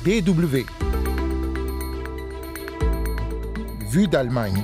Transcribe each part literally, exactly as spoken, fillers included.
D W. Vue d'Allemagne.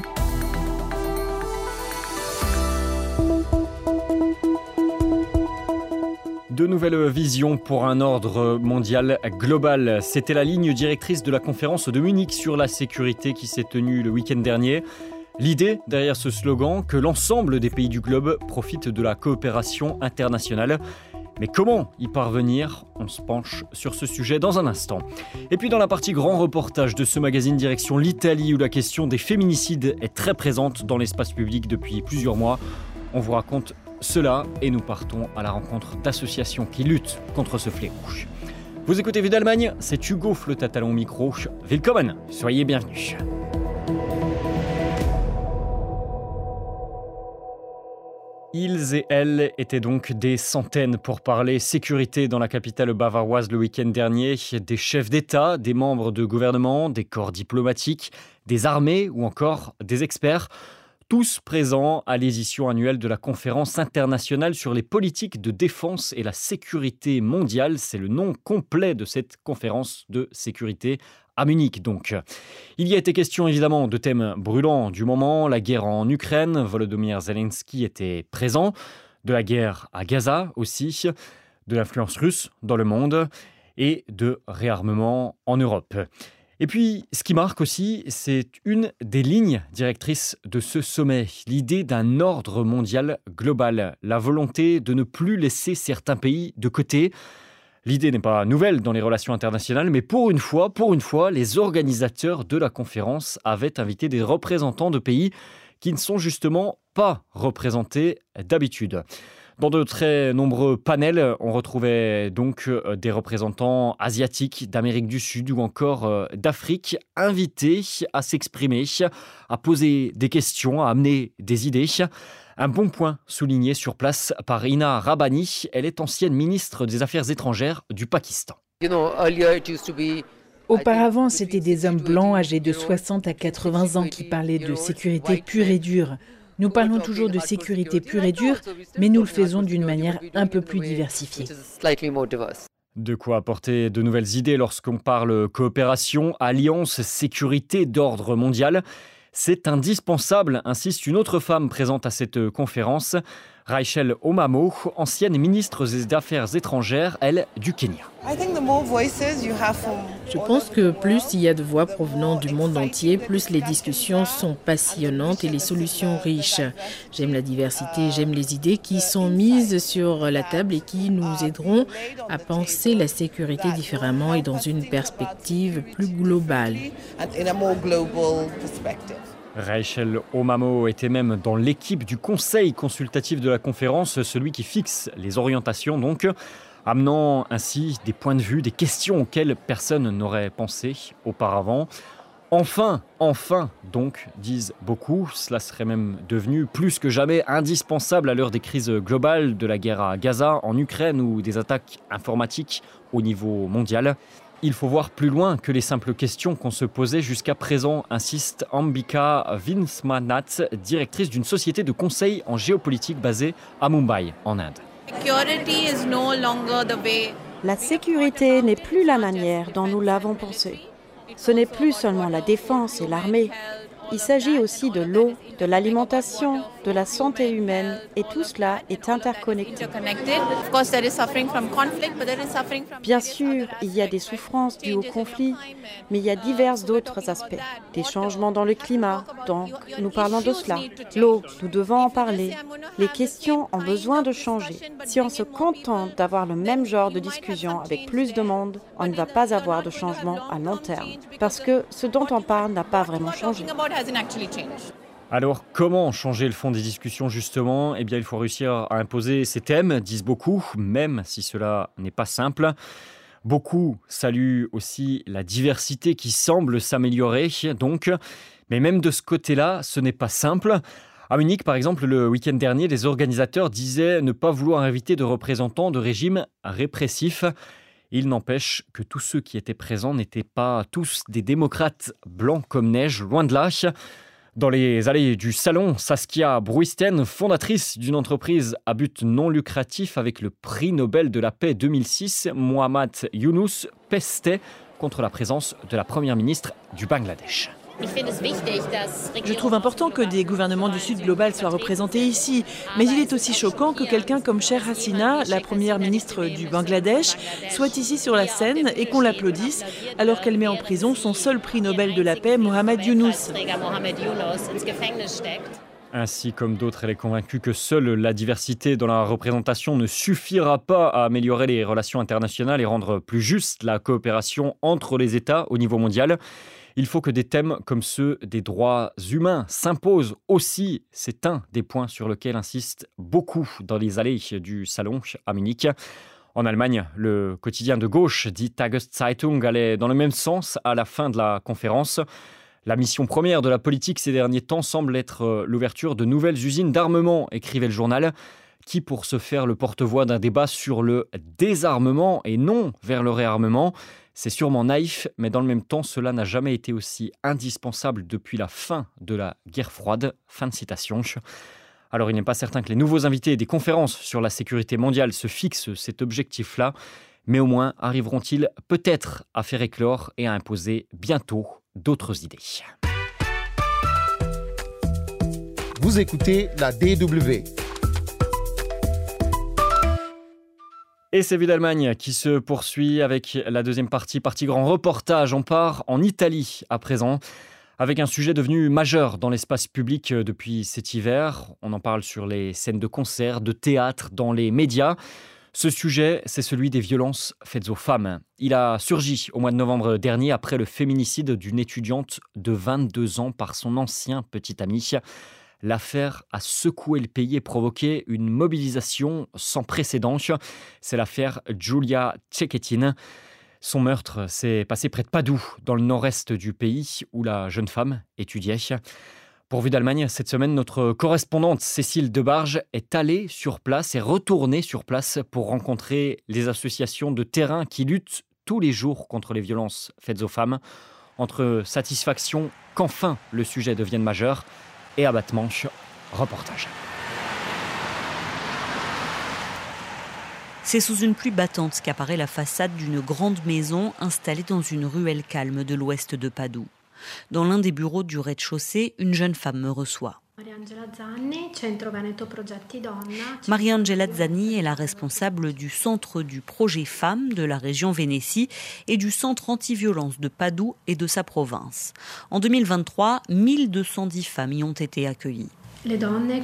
De nouvelles visions pour un ordre mondial global. C'était la ligne directrice de la conférence de Munich sur la sécurité qui s'est tenue le week-end dernier. L'idée derrière ce slogan, que l'ensemble des pays du globe profitent de la coopération internationale. Mais comment y parvenir ? On se penche sur ce sujet dans un instant. Et puis dans la partie grand reportage de ce magazine direction l'Italie où la question des féminicides est très présente dans l'espace public depuis plusieurs mois. On vous raconte cela et nous partons à la rencontre d'associations qui luttent contre ce fléau. Vous écoutez Vue d'Allemagne, c'est Hugo Flotatalon au micro. Willkommen, soyez bienvenus. Ils et elles étaient donc des centaines pour parler sécurité dans la capitale bavaroise le week-end dernier. Des chefs d'État, des membres de gouvernement, des corps diplomatiques, des armées ou encore des experts. Tous présents à l'édition annuelle de la conférence internationale sur les politiques de défense et la sécurité mondiale. C'est le nom complet de cette conférence de sécurité à Munich donc. Il y a été question évidemment de thèmes brûlants du moment, la guerre en Ukraine, Volodymyr Zelensky était présent, de la guerre à Gaza aussi, de l'influence russe dans le monde et de réarmement en Europe. Et puis, ce qui marque aussi, c'est une des lignes directrices de ce sommet, l'idée d'un ordre mondial global, la volonté de ne plus laisser certains pays de côté. L'idée n'est pas nouvelle dans les relations internationales, mais pour une fois, pour une fois, les organisateurs de la conférence avaient invité des représentants de pays qui ne sont justement pas représentés d'habitude. Dans de très nombreux panels, on retrouvait donc des représentants asiatiques, d'Amérique du Sud ou encore d'Afrique, invités à s'exprimer, à poser des questions, à amener des idées. Un bon point souligné sur place par Hina Rabbani. Elle est ancienne ministre des Affaires étrangères du Pakistan. Auparavant, c'était des hommes blancs âgés de soixante à quatre-vingts ans qui parlaient de sécurité pure et dure. Nous parlons toujours de sécurité pure et dure, mais nous le faisons d'une manière un peu plus diversifiée. De quoi apporter de nouvelles idées lorsqu'on parle coopération, alliance, sécurité d'ordre mondial. C'est indispensable, insiste une autre femme présente à cette conférence, Rachel Omamo, ancienne ministre des Affaires étrangères, elle, du Kenya. Je pense que plus il y a de voix provenant du monde entier, plus les discussions sont passionnantes et les solutions riches. J'aime la diversité, j'aime les idées qui sont mises sur la table et qui nous aideront à penser la sécurité différemment et dans une perspective plus globale. Rachel Omamo était même dans l'équipe du conseil consultatif de la conférence, celui qui fixe les orientations donc, amenant ainsi des points de vue, des questions auxquelles personne n'aurait pensé auparavant. Enfin, enfin donc, disent beaucoup, cela serait même devenu plus que jamais indispensable à l'heure des crises globales, de la guerre à Gaza, en Ukraine ou des attaques informatiques au niveau mondial. Il faut voir plus loin que les simples questions qu'on se posait jusqu'à présent, insiste Ambika Vinsmanath, directrice d'une société de conseil en géopolitique basée à Mumbai, en Inde. La sécurité n'est plus la manière dont nous l'avons pensée. Ce n'est plus seulement la défense et l'armée. Il s'agit aussi de l'eau, de l'alimentation, de la santé humaine et tout cela est interconnecté. Bien sûr, il y a des souffrances dues au conflit, mais il y a divers autres aspects. Des changements dans le climat, donc nous parlons de cela. L'eau, nous devons en parler. Les questions ont besoin de changer. Si on se contente d'avoir le même genre de discussion avec plus de monde, on ne va pas avoir de changement à long terme. Parce que ce dont on parle n'a pas vraiment changé. Alors, comment changer le fond des discussions justement ? Eh bien, il faut réussir à imposer ces thèmes, disent beaucoup, même si cela n'est pas simple. Beaucoup saluent aussi la diversité qui semble s'améliorer, donc. Mais même de ce côté-là, ce n'est pas simple. À Munich, par exemple, le week-end dernier, les organisateurs disaient ne pas vouloir inviter de représentants de régimes répressifs. Il n'empêche que tous ceux qui étaient présents n'étaient pas tous des démocrates blancs comme neige, loin de là. Dans les allées du salon, Saskia Bruisten, fondatrice d'une entreprise à but non lucratif avec le prix Nobel de la paix deux mille six, Mohamed Younous, pestait contre la présence de la première ministre du Bangladesh. Je trouve important que des gouvernements du Sud global soient représentés ici, mais il est aussi choquant que quelqu'un comme Sheikh Hasina, la première ministre du Bangladesh, soit ici sur la scène et qu'on l'applaudisse alors qu'elle met en prison son seul prix Nobel de la paix, Mohamed Yunus. Ainsi comme d'autres, elle est convaincue que seule la diversité dans la représentation ne suffira pas à améliorer les relations internationales et rendre plus juste la coopération entre les États au niveau mondial. Il faut que des thèmes comme ceux des droits humains s'imposent aussi. C'est un des points sur lesquels insiste beaucoup dans les allées du salon à Munich. En Allemagne, le quotidien de gauche, dit Tageszeitung, allait dans le même sens à la fin de la conférence. La mission première de la politique ces derniers temps semble être l'ouverture de nouvelles usines d'armement, écrivait le journal, qui pour se faire le porte-voix d'un débat sur le désarmement et non vers le réarmement. C'est sûrement naïf, mais dans le même temps, cela n'a jamais été aussi indispensable depuis la fin de la guerre froide. Fin de citation. Alors il n'est pas certain que les nouveaux invités des conférences sur la sécurité mondiale se fixent cet objectif-là, mais au moins arriveront-ils peut-être à faire éclore et à imposer bientôt d'autres idées. Vous écoutez la D W. Et c'est Vue d'Allemagne qui se poursuit avec la deuxième partie, partie grand reportage. On part en Italie à présent, avec un sujet devenu majeur dans l'espace public depuis cet hiver. On en parle sur les scènes de concert, de théâtre, dans les médias. Ce sujet, c'est celui des violences faites aux femmes. Il a surgi au mois de novembre dernier après le féminicide d'une étudiante de vingt-deux ans par son ancien petit ami. L'affaire a secoué le pays et provoqué une mobilisation sans précédent. C'est l'affaire Giulia Cecchettin. Son meurtre s'est passé près de Padoue, dans le nord-est du pays, où la jeune femme étudiait. Pour Vue d'Allemagne, cette semaine, notre correspondante Cécile Debarge est allée sur place et retournée sur place pour rencontrer les associations de terrain qui luttent tous les jours contre les violences faites aux femmes. Entre satisfaction qu'enfin le sujet devienne majeur et abattement, reportage. C'est sous une pluie battante qu'apparaît la façade d'une grande maison installée dans une ruelle calme de l'ouest de Padoue. Dans l'un des bureaux du rez-de-chaussée, une jeune femme me reçoit. Mariangela Zanni est la responsable du centre du projet Femmes de la région Vénétie et du centre anti-violence de Padoue et de sa province. En deux mille vingt-trois, mille deux cent dix femmes y ont été accueillies. Les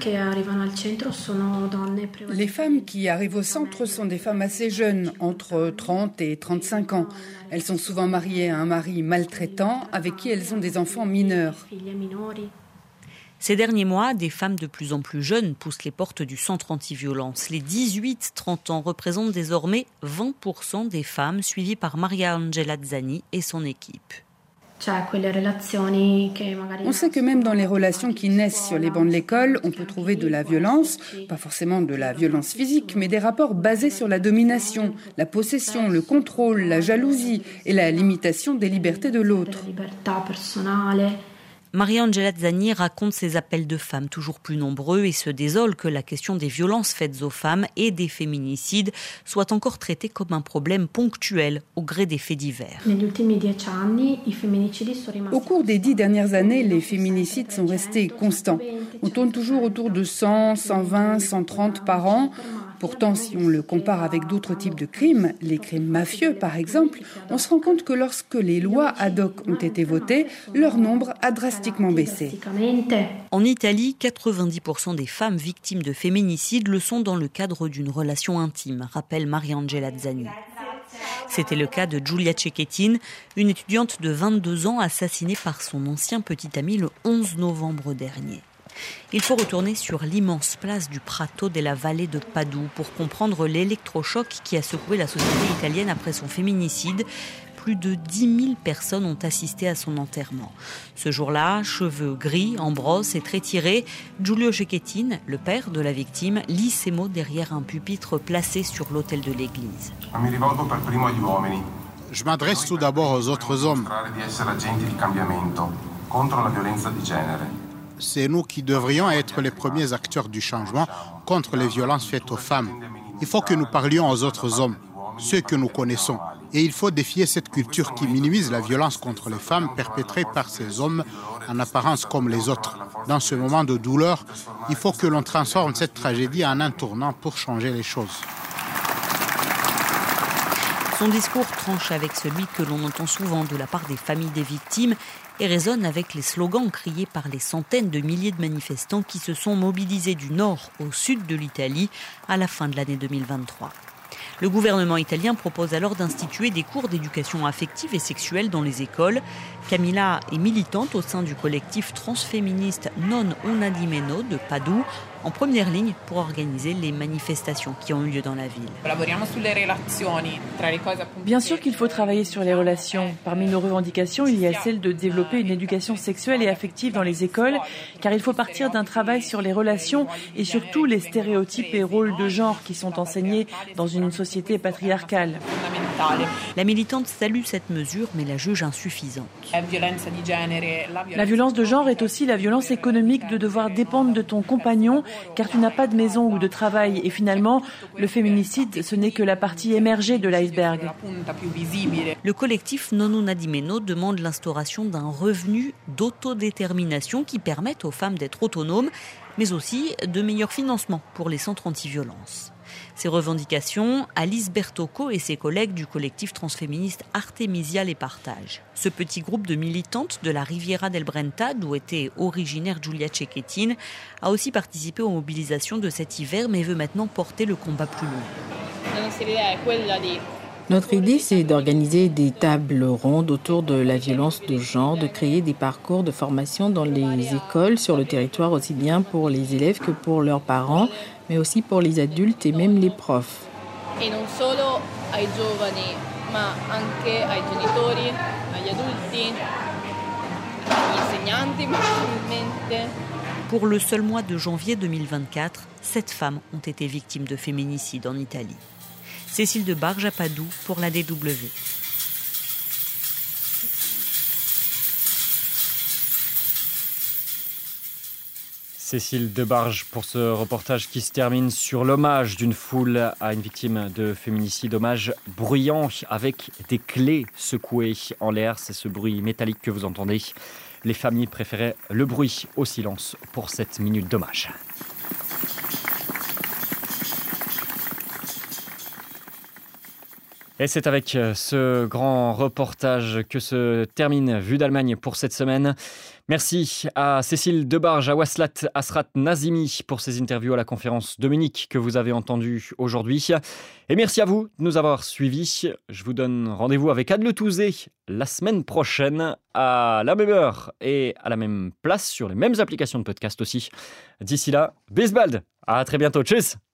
femmes qui arrivent au centre sont des femmes assez jeunes, entre trente et trente-cinq ans. Elles sont souvent mariées à un mari maltraitant avec qui elles ont des enfants mineurs. Ces derniers mois, des femmes de plus en plus jeunes poussent les portes du centre anti-violence. Les dix-huit trente ans représentent désormais vingt pour cent des femmes suivies par Mariangela Zanni et son équipe. On sait que même dans les relations qui naissent sur les bancs de l'école, on peut trouver de la violence, pas forcément de la violence physique, mais des rapports basés sur la domination, la possession, le contrôle, la jalousie et la limitation des libertés de l'autre. Mariangela Zanni raconte ces appels de femmes toujours plus nombreux et se désole que la question des violences faites aux femmes et des féminicides soit encore traitée comme un problème ponctuel au gré des faits divers. Au cours des dix dernières années, les féminicides sont restés constants. On tourne toujours autour de cent, cent vingt, cent trente par an. Pourtant, si on le compare avec d'autres types de crimes, les crimes mafieux par exemple, on se rend compte que lorsque les lois ad hoc ont été votées, leur nombre a drastiquement baissé. En Italie, quatre-vingt-dix pour cent des femmes victimes de féminicide le sont dans le cadre d'une relation intime, rappelle Mariangela Zanni. C'était le cas de Giulia Cecchettin, une étudiante de vingt-deux ans assassinée par son ancien petit ami le onze novembre dernier. Il faut retourner sur l'immense place du Prato della Valle de Padoue pour comprendre l'électrochoc qui a secoué la société italienne après son féminicide. Plus de dix mille personnes ont assisté à son enterrement. Ce jour-là, cheveux gris, en brosse et très tirés, Giulio Cecchettin, le père de la victime, lit ces mots derrière un pupitre placé sur l'autel de l'église. Je m'adresse tout d'abord aux autres hommes. C'est nous qui devrions être les premiers acteurs du changement contre les violences faites aux femmes. Il faut que nous parlions aux autres hommes, ceux que nous connaissons. Et il faut défier cette culture qui minimise la violence contre les femmes perpétrée par ces hommes en apparence comme les autres. Dans ce moment de douleur, il faut que l'on transforme cette tragédie en un tournant pour changer les choses. Son discours tranche avec celui que l'on entend souvent de la part des familles des victimes et résonne avec les slogans criés par les centaines de milliers de manifestants qui se sont mobilisés du nord au sud de l'Italie à la fin de l'année deux mille vingt-trois. Le gouvernement italien propose alors d'instituer des cours d'éducation affective et sexuelle dans les écoles. Camilla est militante au sein du collectif transféministe Non Una di Meno de Padoue, en première ligne pour organiser les manifestations qui ont eu lieu dans la ville. Bien sûr qu'il faut travailler sur les relations. Parmi nos revendications, il y a celle de développer une éducation sexuelle et affective dans les écoles, car il faut partir d'un travail sur les relations et surtout les stéréotypes et rôles de genre qui sont enseignés dans une société patriarcale. La militante salue cette mesure, mais la juge insuffisante. La violence de genre est aussi la violence économique de devoir dépendre de ton compagnon, car tu n'as pas de maison ou de travail. Et finalement, le féminicide, ce n'est que la partie émergée de l'iceberg. Le collectif Non Una di Meno demande l'instauration d'un revenu d'autodétermination qui permette aux femmes d'être autonomes, mais aussi de meilleurs financements pour les centres anti-violence. Ces revendications, Alice Bertocco et ses collègues du collectif transféministe Artemisia les partagent. Ce petit groupe de militantes de la Riviera del Brenta, d'où était originaire Giulia Cecchettin, a aussi participé aux mobilisations de cet hiver, mais veut maintenant porter le combat plus loin. Notre idée, c'est d'organiser des tables rondes autour de la violence de genre, de créer des parcours de formation dans les écoles sur le territoire, aussi bien pour les élèves que pour leurs parents, mais aussi pour les adultes et même les profs. Et non solo ai giovani, ma anche ai genitori, agli adulti, agli insegnanti, probabilmente. Pour le seul mois de janvier deux mille vingt-quatre, sept femmes ont été victimes de féminicide en Italie. Cécile de Barge à Padoue pour la D W. Cécile Debarge pour ce reportage qui se termine sur l'hommage d'une foule à une victime de féminicide. Hommage bruyant avec des clés secouées en l'air. C'est ce bruit métallique que vous entendez. Les familles préféraient le bruit au silence pour cette minute d'hommage. Et c'est avec ce grand reportage que se termine Vue d'Allemagne pour cette semaine. Merci à Cécile Debarge, à Waslat Asrat Nazimi pour ces interviews à la conférence de Munich que vous avez entendues aujourd'hui. Et merci à vous de nous avoir suivis. Je vous donne rendez-vous avec Anne Le Touzé la semaine prochaine à la même heure et à la même place sur les mêmes applications de podcast aussi. D'ici là, bis bald. À très bientôt. Tchuss.